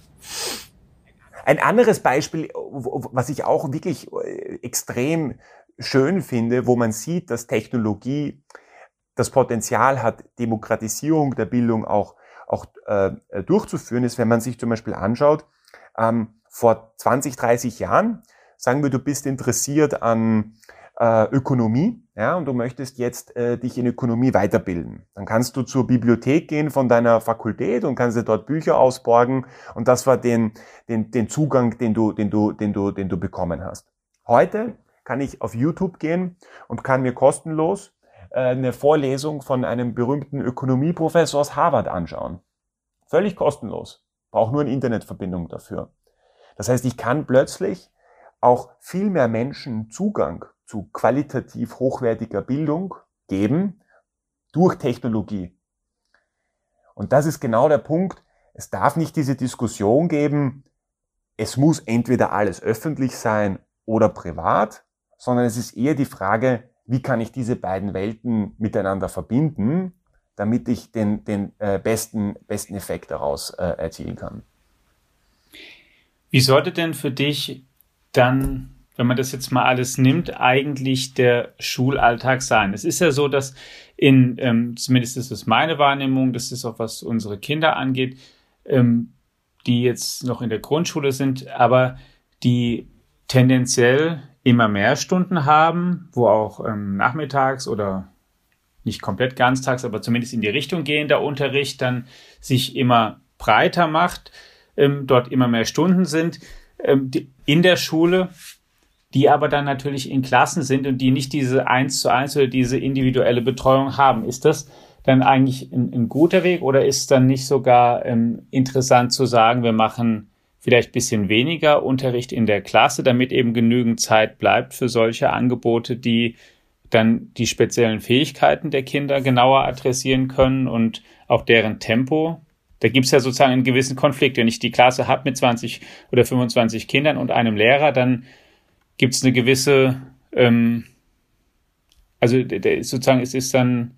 B: Ein anderes Beispiel, was ich auch wirklich extrem schön finde, wo man sieht, dass Technologie das Potenzial hat, Demokratisierung der Bildung auch, auch äh, durchzuführen, ist, wenn man sich zum Beispiel anschaut, ähm, vor zwanzig, dreißig Jahren, sagen wir, du bist interessiert an äh, Ökonomie, ja, und du möchtest jetzt äh, dich in Ökonomie weiterbilden. Dann kannst du zur Bibliothek gehen von deiner Fakultät und kannst dir dort Bücher ausborgen, und das war den, den, den Zugang, den du, den du, den du, den du bekommen hast. Heute kann ich auf YouTube gehen und kann mir kostenlos eine Vorlesung von einem berühmten Ökonomieprofessor aus Harvard anschauen. Völlig kostenlos. Brauche nur eine Internetverbindung dafür. Das heißt, ich kann plötzlich auch viel mehr Menschen Zugang zu qualitativ hochwertiger Bildung geben durch Technologie. Und das ist genau der Punkt. Es darf nicht diese Diskussion geben, es muss entweder alles öffentlich sein oder privat, sondern es ist eher die Frage, wie kann ich diese beiden Welten miteinander verbinden, damit ich den, den äh, besten, besten Effekt daraus äh, erzielen kann.
A: Wie sollte denn für dich dann, wenn man das jetzt mal alles nimmt, eigentlich der Schulalltag sein? Es ist ja so, dass in, ähm, zumindest ist es meine Wahrnehmung, das ist auch was unsere Kinder angeht, ähm, die jetzt noch in der Grundschule sind, aber die tendenziell immer mehr Stunden haben, wo auch ähm, nachmittags oder nicht komplett ganztags, aber zumindest in die Richtung gehender Unterricht dann sich immer breiter macht, ähm, dort immer mehr Stunden sind ähm, die, in der Schule, die aber dann natürlich in Klassen sind und die nicht diese eins zu eins oder diese individuelle Betreuung haben. Ist das dann eigentlich ein, ein guter Weg, oder ist dann nicht sogar ähm, interessant zu sagen, wir machen vielleicht ein bisschen weniger Unterricht in der Klasse, damit eben genügend Zeit bleibt für solche Angebote, die dann die speziellen Fähigkeiten der Kinder genauer adressieren können und auch deren Tempo? Da gibt es ja sozusagen einen gewissen Konflikt. Wenn ich die Klasse habe mit zwanzig oder fünfundzwanzig Kindern und einem Lehrer, dann gibt es eine gewisse, ähm, also der, sozusagen es ist dann,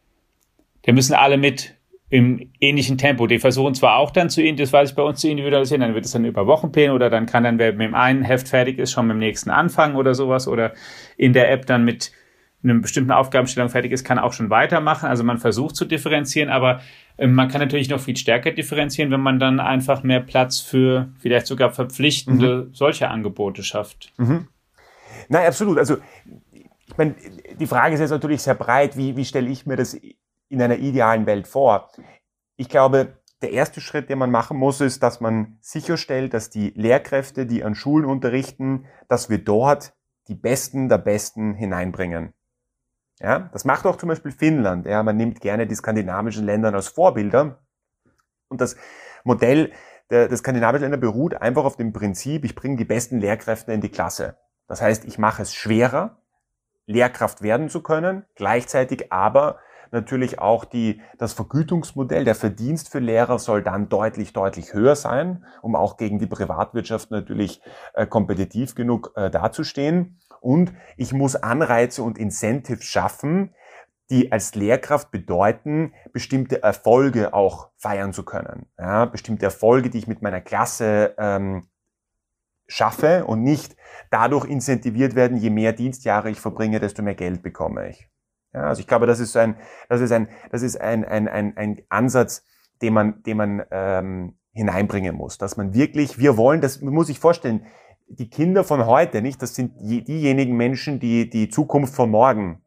A: da müssen alle mit im ähnlichen Tempo. Die versuchen zwar auch dann zu, das weiß ich, bei uns zu individualisieren, dann wird es dann über Wochenpläne oder dann kann dann, wer mit dem einen Heft fertig ist, schon mit dem nächsten anfangen oder sowas, oder in der App dann mit einer bestimmten Aufgabenstellung fertig ist, kann auch schon weitermachen. Also man versucht zu differenzieren, aber äh, man kann natürlich noch viel stärker differenzieren, wenn man dann einfach mehr Platz für vielleicht sogar verpflichtende mhm. solche Angebote schafft.
B: Mhm. Nein, absolut. Also ich meine, die Frage ist jetzt natürlich sehr breit, wie, wie stelle ich mir das in einer idealen Welt vor? Ich glaube, der erste Schritt, den man machen muss, ist, dass man sicherstellt, dass die Lehrkräfte, die an Schulen unterrichten, dass wir dort die Besten der Besten hineinbringen. Ja, das macht auch zum Beispiel Finnland. Ja, man nimmt gerne die skandinavischen Länder als Vorbilder. Und das Modell der, der skandinavischen Länder beruht einfach auf dem Prinzip, ich bringe die besten Lehrkräfte in die Klasse. Das heißt, ich mache es schwerer, Lehrkraft werden zu können, gleichzeitig aber natürlich auch die, das Vergütungsmodell, der Verdienst für Lehrer soll dann deutlich, deutlich höher sein, um auch gegen die Privatwirtschaft natürlich äh, kompetitiv genug äh, dazustehen. Und ich muss Anreize und Incentives schaffen, die als Lehrkraft bedeuten, bestimmte Erfolge auch feiern zu können. Ja, bestimmte Erfolge, die ich mit meiner Klasse ähm, schaffe und nicht dadurch incentiviert werden, je mehr Dienstjahre ich verbringe, desto mehr Geld bekomme ich. Ja, also ich glaube, das ist so ein, das ist ein, das ist ein, ein, ein, ein Ansatz, den man, den man ähm, hineinbringen muss, dass man wirklich, wir wollen, das man muss sich vorstellen, die Kinder von heute, nicht, das sind die, diejenigen Menschen, die die Zukunft von morgen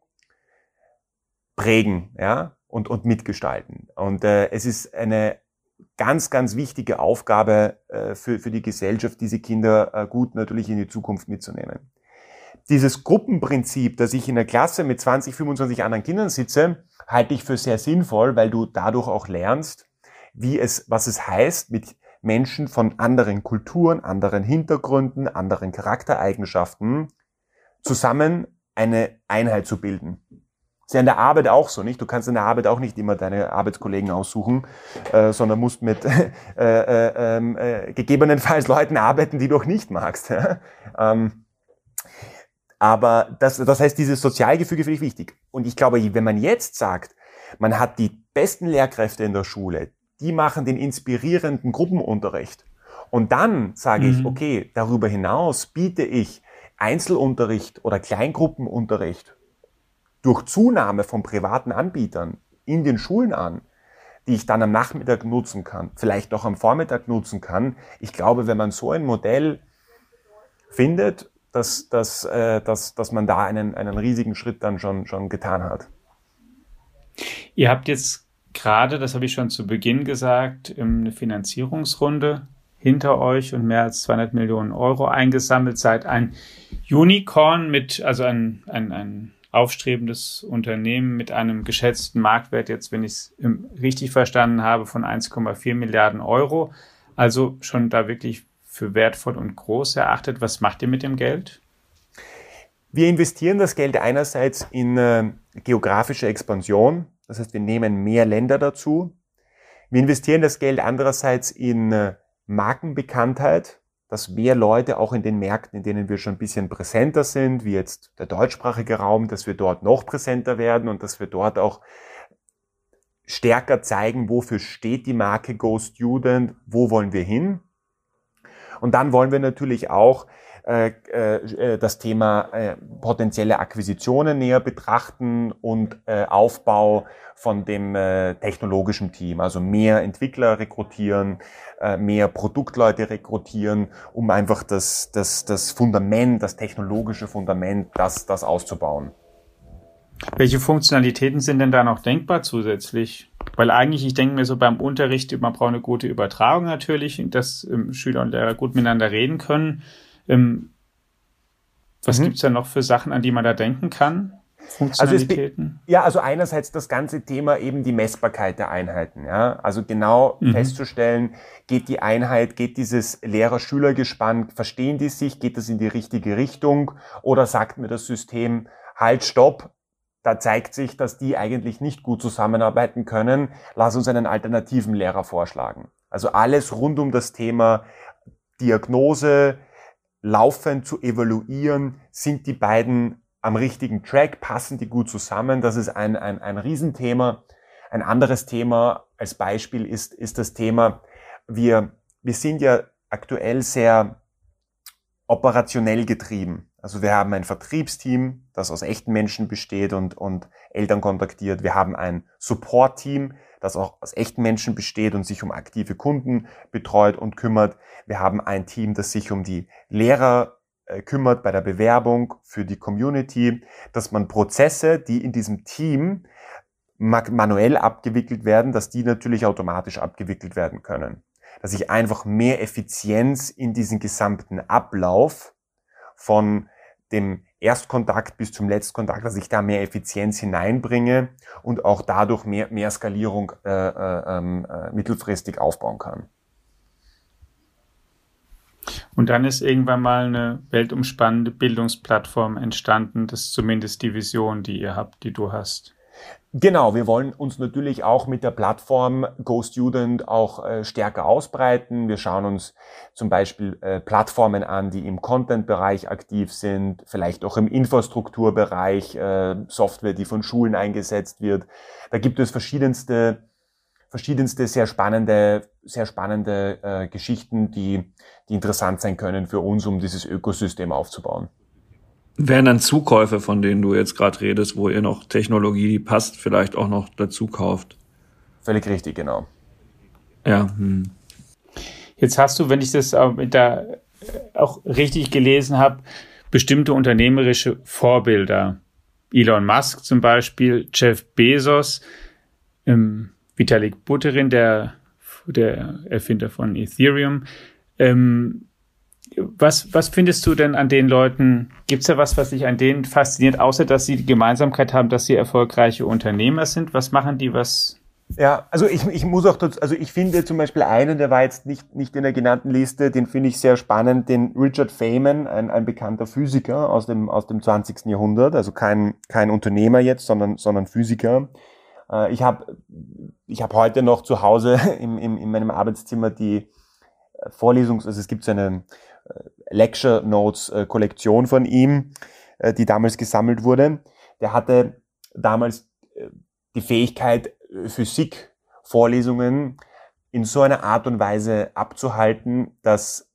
B: prägen, ja, und und mitgestalten. Und äh, es ist eine ganz, ganz wichtige Aufgabe äh, für für die Gesellschaft, diese Kinder äh, gut natürlich in die Zukunft mitzunehmen. Dieses Gruppenprinzip, dass ich in der Klasse mit zwanzig, fünfundzwanzig anderen Kindern sitze, halte ich für sehr sinnvoll, weil du dadurch auch lernst, wie es, was es heißt, mit Menschen von anderen Kulturen, anderen Hintergründen, anderen Charaktereigenschaften zusammen eine Einheit zu bilden. Das ist ja in der Arbeit auch so, nicht? Du kannst in der Arbeit auch nicht immer deine Arbeitskollegen aussuchen, äh, sondern musst mit äh, äh, äh, gegebenenfalls Leuten arbeiten, die du auch nicht magst. ähm, Aber das, das heißt, dieses Sozialgefüge finde ich wichtig. Und ich glaube, wenn man jetzt sagt, man hat die besten Lehrkräfte in der Schule, die machen den inspirierenden Gruppenunterricht. Und dann sage mhm. ich, okay, darüber hinaus biete ich Einzelunterricht oder Kleingruppenunterricht durch Zunahme von privaten Anbietern in den Schulen an, die ich dann am Nachmittag nutzen kann, vielleicht auch am Vormittag nutzen kann. Ich glaube, wenn man so ein Modell findet, dass, dass, äh, dass, dass man da einen, einen riesigen Schritt dann schon, schon getan hat.
A: Ihr habt jetzt gerade, das habe ich schon zu Beginn gesagt, eine Finanzierungsrunde hinter euch und mehr als zweihundert Millionen Euro eingesammelt, seid ein Unicorn mit, also ein, ein, ein aufstrebendes Unternehmen mit einem geschätzten Marktwert, jetzt, wenn ich es richtig verstanden habe, von eins Komma vier Milliarden Euro. Also schon da wirklich für wertvoll und groß erachtet. Was macht ihr mit dem Geld?
B: Wir investieren das Geld einerseits in äh, geografische Expansion. Das heißt, wir nehmen mehr Länder dazu. Wir investieren das Geld andererseits in äh, Markenbekanntheit, dass mehr Leute auch in den Märkten, in denen wir schon ein bisschen präsenter sind, wie jetzt der deutschsprachige Raum, dass wir dort noch präsenter werden und dass wir dort auch stärker zeigen, wofür steht die Marke Go Student, wo wollen wir hin. Und dann wollen wir natürlich auch äh, äh, das Thema äh, potenzielle Akquisitionen näher betrachten und äh, Aufbau von dem äh, technologischen Team, also mehr Entwickler rekrutieren, äh, mehr Produktleute rekrutieren, um einfach das, das, das Fundament, das technologische Fundament, das, das auszubauen.
A: Welche Funktionalitäten sind denn da noch denkbar zusätzlich? Weil eigentlich, ich denke mir so beim Unterricht, man braucht eine gute Übertragung natürlich, dass ähm, Schüler und Lehrer gut miteinander reden können. Ähm, was mhm. gibt's da noch für Sachen, an die man da denken kann? Funktionalitäten?
B: Also es, ja, also einerseits das ganze Thema eben die Messbarkeit der Einheiten. Ja? Also genau mhm. festzustellen, geht die Einheit, geht dieses Lehrer-Schüler-Gespann, verstehen die sich, geht das in die richtige Richtung oder sagt mir das System, halt, stopp, da zeigt sich, dass die eigentlich nicht gut zusammenarbeiten können. Lass uns einen alternativen Lehrer vorschlagen. Also alles rund um das Thema Diagnose, laufend zu evaluieren, sind die beiden am richtigen Track, passen die gut zusammen. Das ist ein, ein, ein Riesenthema. Ein anderes Thema als Beispiel ist, ist das Thema, wir, wir sind ja aktuell sehr operationell getrieben. Also wir haben ein Vertriebsteam, das aus echten Menschen besteht und, und Eltern kontaktiert. Wir haben ein Support-Team, das auch aus echten Menschen besteht und sich um aktive Kunden betreut und kümmert. Wir haben ein Team, das sich um die Lehrer äh, kümmert bei der Bewerbung für die Community, dass man Prozesse, die in diesem Team manuell abgewickelt werden, dass die natürlich automatisch abgewickelt werden können. Dass ich einfach mehr Effizienz in diesen gesamten Ablauf von dem Erstkontakt bis zum Letztkontakt, dass ich da mehr Effizienz hineinbringe und auch dadurch mehr, mehr Skalierung äh, äh, äh, mittelfristig aufbauen kann.
A: Und dann ist irgendwann mal eine weltumspannende Bildungsplattform entstanden. Das ist zumindest die Vision, die ihr habt, die du hast.
B: Genau, wir wollen uns natürlich auch mit der Plattform GoStudent auch äh, stärker ausbreiten. Wir schauen uns zum Beispiel äh, Plattformen an, die im Content-Bereich aktiv sind, vielleicht auch im Infrastrukturbereich, äh, Software, die von Schulen eingesetzt wird. Da gibt es verschiedenste, verschiedenste sehr spannende, sehr spannende äh, Geschichten, die, die interessant sein können für uns, um dieses Ökosystem aufzubauen.
C: Wären dann Zukäufe, von denen du jetzt gerade redest, wo ihr noch Technologie, die passt, vielleicht auch noch dazu kauft?
B: Völlig richtig, genau.
C: Ja. Hm.
A: Jetzt hast du, wenn ich das auch, da auch richtig gelesen habe, bestimmte unternehmerische Vorbilder. Elon Musk zum Beispiel, Jeff Bezos, ähm, Vitalik Buterin, der, der Erfinder von Ethereum. Ähm, Was, was findest du denn an den Leuten? Gibt es da was, was dich an denen fasziniert, außer dass sie die Gemeinsamkeit haben, dass sie erfolgreiche Unternehmer sind? Was machen die, was?
B: Ja, also ich, ich muss auch dazu, also ich finde zum Beispiel einen, der war jetzt nicht, nicht in der genannten Liste, den finde ich sehr spannend, den Richard Feynman, ein, ein bekannter Physiker aus dem, aus dem zwanzigsten Jahrhundert, also kein, kein Unternehmer jetzt, sondern, sondern Physiker. Ich habe, ich habe heute noch zu Hause im, im, in meinem Arbeitszimmer die Vorlesungs-, also es gibt so eine Lecture Notes Kollektion von ihm, die damals gesammelt wurde. Der hatte damals die Fähigkeit, Physik-Vorlesungen in so einer Art und Weise abzuhalten, dass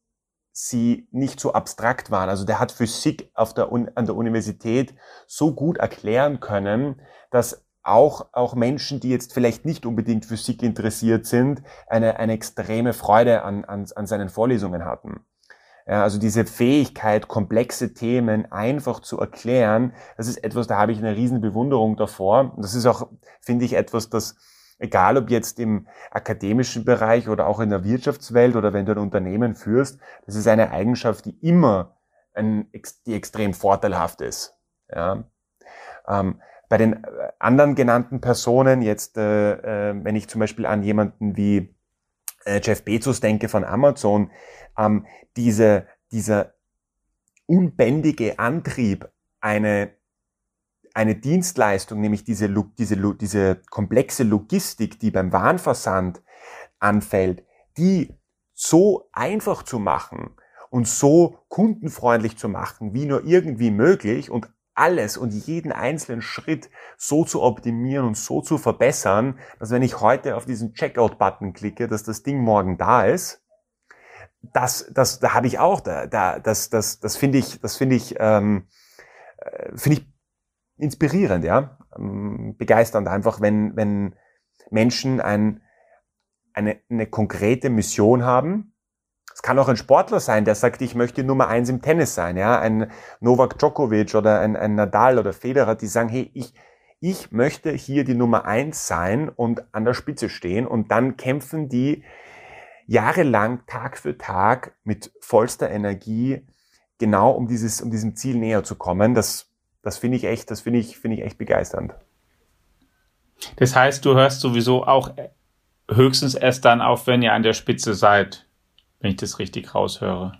B: sie nicht so abstrakt waren. Also der hat Physik auf der, an der Universität so gut erklären können, dass auch, auch Menschen, die jetzt vielleicht nicht unbedingt Physik interessiert sind, eine, eine extreme Freude an, an, an seinen Vorlesungen hatten. Ja, also diese Fähigkeit, komplexe Themen einfach zu erklären, das ist etwas, da habe ich eine riesen Bewunderung davor. Und das ist auch, finde ich, etwas, das, egal ob jetzt im akademischen Bereich oder auch in der Wirtschaftswelt oder wenn du ein Unternehmen führst, das ist eine Eigenschaft, die immer ein, die extrem vorteilhaft ist. Ja. Ähm, bei den anderen genannten Personen, jetzt, äh, äh, wenn ich zum Beispiel an jemanden wie äh, Jeff Bezos denke von Amazon, ähm, diese, dieser unbändige Antrieb, eine, eine Dienstleistung, nämlich diese, diese, diese komplexe Logistik, die beim Warenversand anfällt, die so einfach zu machen und so kundenfreundlich zu machen, wie nur irgendwie möglich und alles und jeden einzelnen Schritt so zu optimieren und so zu verbessern, dass wenn ich heute auf diesen Checkout-Button klicke, dass das Ding morgen da ist, das, das, da habe ich auch, da, da, das, das, das finde ich, das finde ich, ähm, finde ich inspirierend, ja, ähm, begeisternd einfach, wenn, wenn Menschen ein, eine, eine konkrete Mission haben. Es kann auch ein Sportler sein, der sagt, ich möchte Nummer eins im Tennis sein, ja, ein Novak Djokovic oder ein, ein Nadal oder Federer, die sagen, hey, ich, ich möchte hier die Nummer eins sein und an der Spitze stehen und dann kämpfen die jahrelang Tag für Tag mit vollster Energie genau um dieses, um diesem Ziel näher zu kommen. Das, das finde ich echt, das finde ich, finde ich echt begeisternd.
A: Das heißt, du hörst sowieso auch höchstens erst dann auf, wenn ihr an der Spitze seid, wenn ich das richtig raushöre.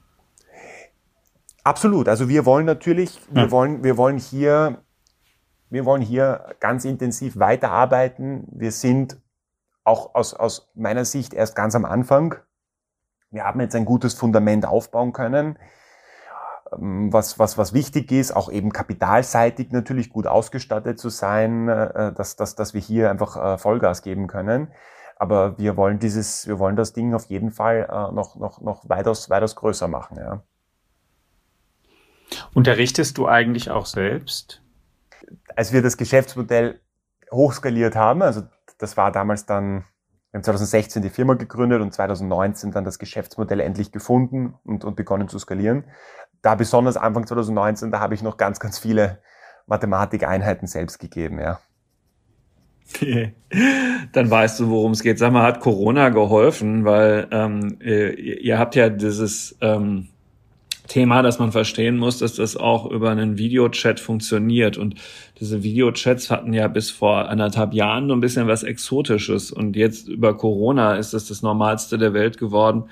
B: Absolut. Also wir wollen natürlich, wir
A: ja.
B: wollen, wir wollen hier, wir wollen hier ganz intensiv weiterarbeiten. Wir sind auch aus, aus meiner Sicht erst ganz am Anfang. Wir haben jetzt ein gutes Fundament aufbauen können, was, was, was wichtig ist, auch eben kapitalseitig natürlich gut ausgestattet zu sein, dass, dass, dass wir hier einfach Vollgas geben können. Aber wir wollen dieses, wir wollen das Ding auf jeden Fall noch, noch, noch weitaus, weitaus größer machen, ja.
A: Unterrichtest du eigentlich auch selbst?
B: Als wir das Geschäftsmodell hochskaliert haben, also das war damals dann, wir haben zwanzig sechzehn die Firma gegründet und zwanzig neunzehn dann das Geschäftsmodell endlich gefunden und, und begonnen zu skalieren. Da besonders Anfang zwanzig neunzehn, da habe ich noch ganz, ganz viele Mathematikeinheiten selbst gegeben, ja.
C: Dann weißt du, worum es geht. Sag mal, hat Corona geholfen? Weil ähm, ihr, ihr habt ja dieses ähm, Thema, dass man verstehen muss, dass das auch über einen Videochat funktioniert. Und diese Videochats hatten ja bis vor anderthalb Jahren so ein bisschen was Exotisches. Und jetzt über Corona ist das das Normalste der Welt geworden.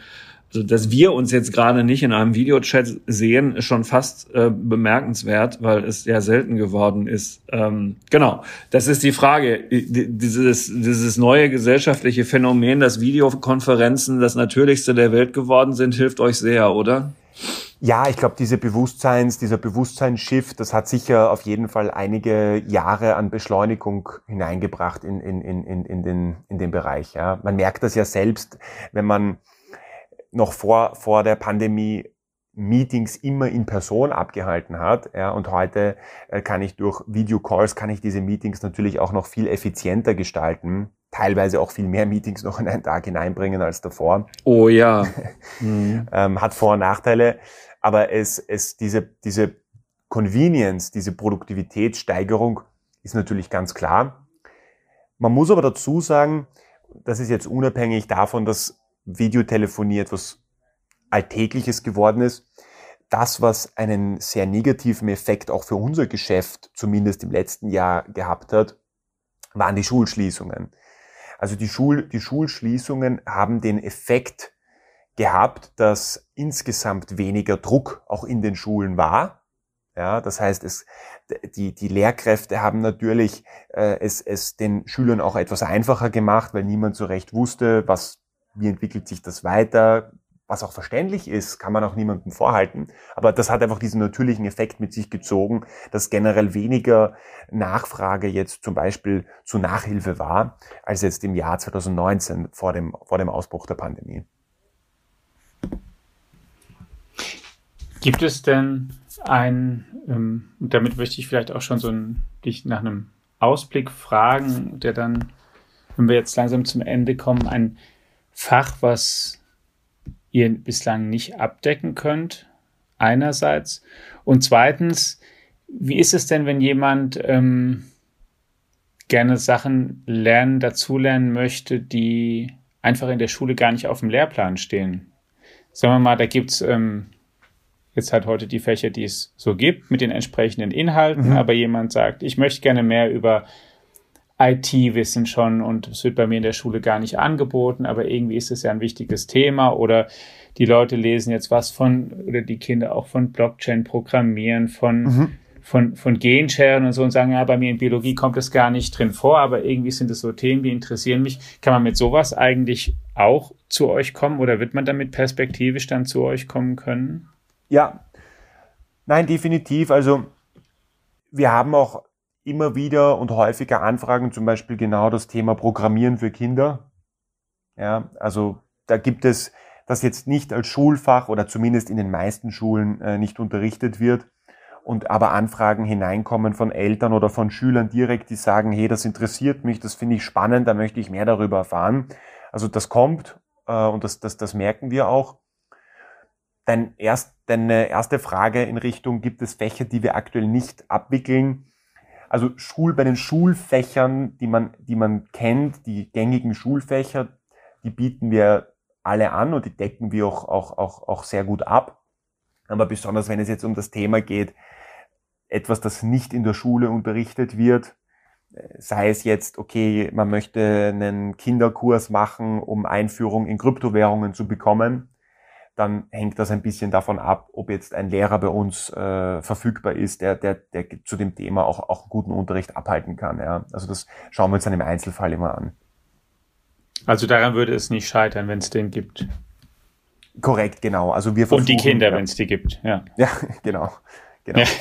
C: Also, dass wir uns jetzt gerade nicht in einem Videochat sehen, ist schon fast äh, bemerkenswert, weil es ja selten geworden ist. Ähm, genau, das ist die Frage. Dieses, dieses neue gesellschaftliche Phänomen, dass Videokonferenzen das Natürlichste der Welt geworden sind, hilft euch sehr, oder?
B: Ja, ich glaube, diese Bewusstseins, dieser Bewusstseinsshift, das hat sicher auf jeden Fall einige Jahre an Beschleunigung hineingebracht in, in, in, in, in, den, in den Bereich. Ja. Man merkt das ja selbst, wenn man noch vor, vor der Pandemie Meetings immer in Person abgehalten hat. Ja, und heute äh, kann ich durch Videocalls, kann ich diese Meetings natürlich auch noch viel effizienter gestalten. Teilweise auch viel mehr Meetings noch in einen Tag hineinbringen als davor.
C: Oh ja. Mhm.
B: ähm, hat Vor- und Nachteile. Aber es, es, diese, diese Convenience, diese Produktivitätssteigerung ist natürlich ganz klar. Man muss aber dazu sagen, das ist jetzt unabhängig davon, dass Videotelefonie etwas Alltägliches geworden ist. Das, was einen sehr negativen Effekt auch für unser Geschäft, zumindest im letzten Jahr, gehabt hat, waren die Schulschließungen. Also die, Schul, die Schulschließungen haben den Effekt gehabt, dass insgesamt weniger Druck auch in den Schulen war. Ja, das heißt, es, die, die Lehrkräfte haben natürlich äh, es, es den Schülern auch etwas einfacher gemacht, weil niemand so recht wusste, was wie entwickelt sich das weiter, was auch verständlich ist, kann man auch niemandem vorhalten. Aber das hat einfach diesen natürlichen Effekt mit sich gezogen, dass generell weniger Nachfrage jetzt zum Beispiel zu Nachhilfe war, als jetzt im Jahr zwanzig neunzehn vor dem, vor dem Ausbruch der Pandemie.
A: Gibt es denn ein, ähm, und damit möchte ich vielleicht auch schon so ein, dich nach einem Ausblick fragen, der dann, wenn wir jetzt langsam zum Ende kommen, ein Fach, was ihr bislang nicht abdecken könnt, einerseits. Und zweitens, wie ist es denn, wenn jemand ähm, gerne Sachen lernen, dazulernen möchte, die einfach in der Schule gar nicht auf dem Lehrplan stehen? Sagen wir mal, da gibt es ähm, jetzt halt heute die Fächer, die es so gibt, mit den entsprechenden Inhalten, mhm. aber jemand sagt, ich möchte gerne mehr über I T wissen schon und es wird bei mir in der Schule gar nicht angeboten, aber irgendwie ist es ja ein wichtiges Thema oder die Leute lesen jetzt was von, oder die Kinder auch von Blockchain programmieren, von, mhm. von, von Genscheren und so und sagen, ja, bei mir in Biologie kommt es gar nicht drin vor, aber irgendwie sind es so Themen, die interessieren mich. Kann man mit sowas eigentlich auch zu euch kommen oder wird man damit perspektivisch dann zu euch kommen können?
B: Ja, nein, definitiv. Also wir haben auch immer wieder und häufiger Anfragen, zum Beispiel genau das Thema Programmieren für Kinder. Ja, also da gibt es das jetzt nicht als Schulfach oder zumindest in den meisten Schulen äh, nicht unterrichtet wird und aber Anfragen hineinkommen von Eltern oder von Schülern direkt, die sagen, hey, das interessiert mich, das finde ich spannend, da möchte ich mehr darüber erfahren. Also das kommt äh, und das, das, das merken wir auch. Dein erst, deine erste Frage in Richtung, gibt es Fächer, die wir aktuell nicht abwickeln? Also Schul, bei den Schulfächern, die man, die man kennt, die gängigen Schulfächer, die bieten wir alle an und die decken wir auch, auch, auch, auch sehr gut ab. Aber besonders wenn es jetzt um das Thema geht, etwas, das nicht in der Schule unterrichtet wird, sei es jetzt, okay, man möchte einen Kinderkurs machen, um Einführung in Kryptowährungen zu bekommen, dann hängt das ein bisschen davon ab, ob jetzt ein Lehrer bei uns äh, verfügbar ist, der, der, der zu dem Thema auch, auch guten Unterricht abhalten kann. Ja. Also das schauen wir uns dann im Einzelfall immer an.
A: Also daran würde es nicht scheitern, wenn es den gibt.
B: Korrekt, genau. Also wir versuchen,
A: und die Kinder,
B: ja,
A: wenn es die gibt. Ja,
B: ja genau. genau.
A: Ja.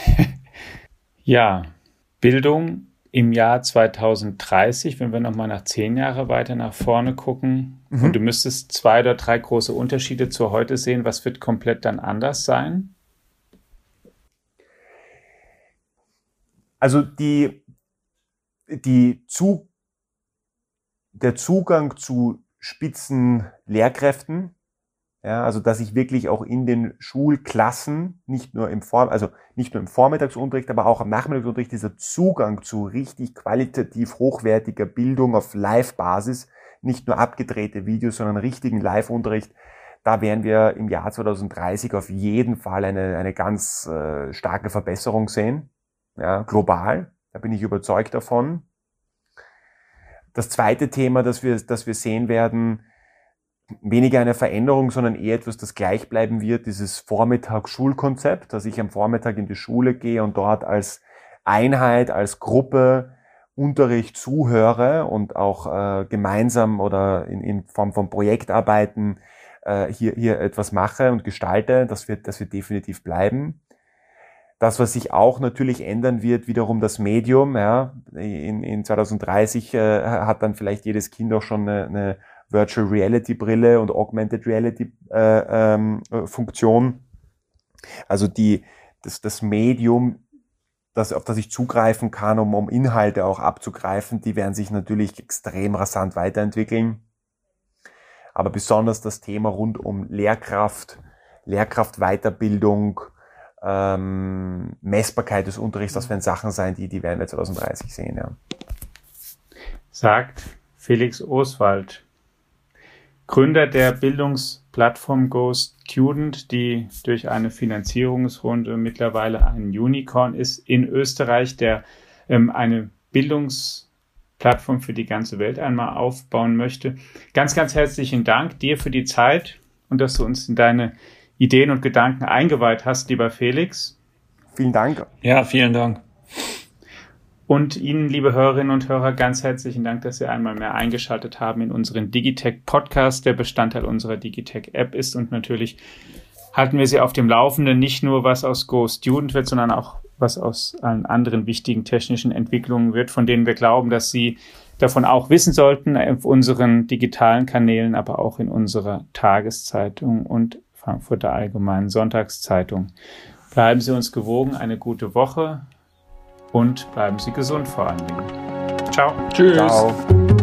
A: Ja, Bildung im Jahr zwanzig dreißig, wenn wir nochmal nach zehn Jahre weiter nach vorne gucken, mhm. und du müsstest zwei oder drei große Unterschiede zu heute sehen, was wird komplett dann anders sein?
B: Also die, die zu, der Zugang zu Spitzenlehrkräften, ja, also dass ich wirklich auch in den Schulklassen, nicht nur im Vor, also nicht nur im Vormittagsunterricht, aber auch am Nachmittagsunterricht, dieser Zugang zu richtig qualitativ hochwertiger Bildung auf Live-Basis, nicht nur abgedrehte Videos, sondern richtigen Live-Unterricht, da werden wir im Jahr zwanzig dreißig auf jeden Fall eine, eine ganz äh, starke Verbesserung sehen, ja, global, da bin ich überzeugt davon. Das zweite Thema, das wir, das wir sehen werden, weniger eine Veränderung, sondern eher etwas, das gleich bleiben wird, dieses Vormittag-Schulkonzept, dass ich am Vormittag in die Schule gehe und dort als Einheit, als Gruppe Unterricht zuhöre und auch äh, gemeinsam oder in, in Form von Projektarbeiten äh, hier, hier etwas mache und gestalte. Das wird, das wird definitiv bleiben. Das, was sich auch natürlich ändern wird, wiederum das Medium. Ja, in, in zwanzig dreißig äh, hat dann vielleicht jedes Kind auch schon eine, eine Virtual Reality Brille und Augmented Reality äh, ähm, Funktion. Also die, das, das Medium, das, auf das ich zugreifen kann, um, um Inhalte auch abzugreifen, die werden sich natürlich extrem rasant weiterentwickeln. Aber besonders das Thema rund um Lehrkraft, Lehrkraftweiterbildung, ähm, Messbarkeit des Unterrichts, das werden Sachen sein, die, die werden wir zwanzig dreißig sehen. Ja.
A: Sagt Felix Oswald, Gründer der Bildungsplattform GoStudent, die durch eine Finanzierungsrunde mittlerweile ein Unicorn ist in Österreich, der ähm, eine Bildungsplattform für die ganze Welt einmal aufbauen möchte. Ganz, ganz herzlichen Dank dir für die Zeit und dass du uns in deine Ideen und Gedanken eingeweiht hast, lieber Felix.
B: Vielen Dank.
C: Ja, vielen Dank.
A: Und Ihnen, liebe Hörerinnen und Hörer, ganz herzlichen Dank, dass Sie einmal mehr eingeschaltet haben in unseren Digitech-Podcast, der Bestandteil unserer Digitech-App ist. Und natürlich halten wir Sie auf dem Laufenden, nicht nur was aus GoStudent wird, sondern auch was aus allen anderen wichtigen technischen Entwicklungen wird, von denen wir glauben, dass Sie davon auch wissen sollten, auf unseren digitalen Kanälen, aber auch in unserer Tageszeitung und Frankfurter Allgemeinen Sonntagszeitung. Bleiben Sie uns gewogen, eine gute Woche und bleiben Sie gesund vor allen Dingen. Ciao.
C: Tschüss.
B: Ciao.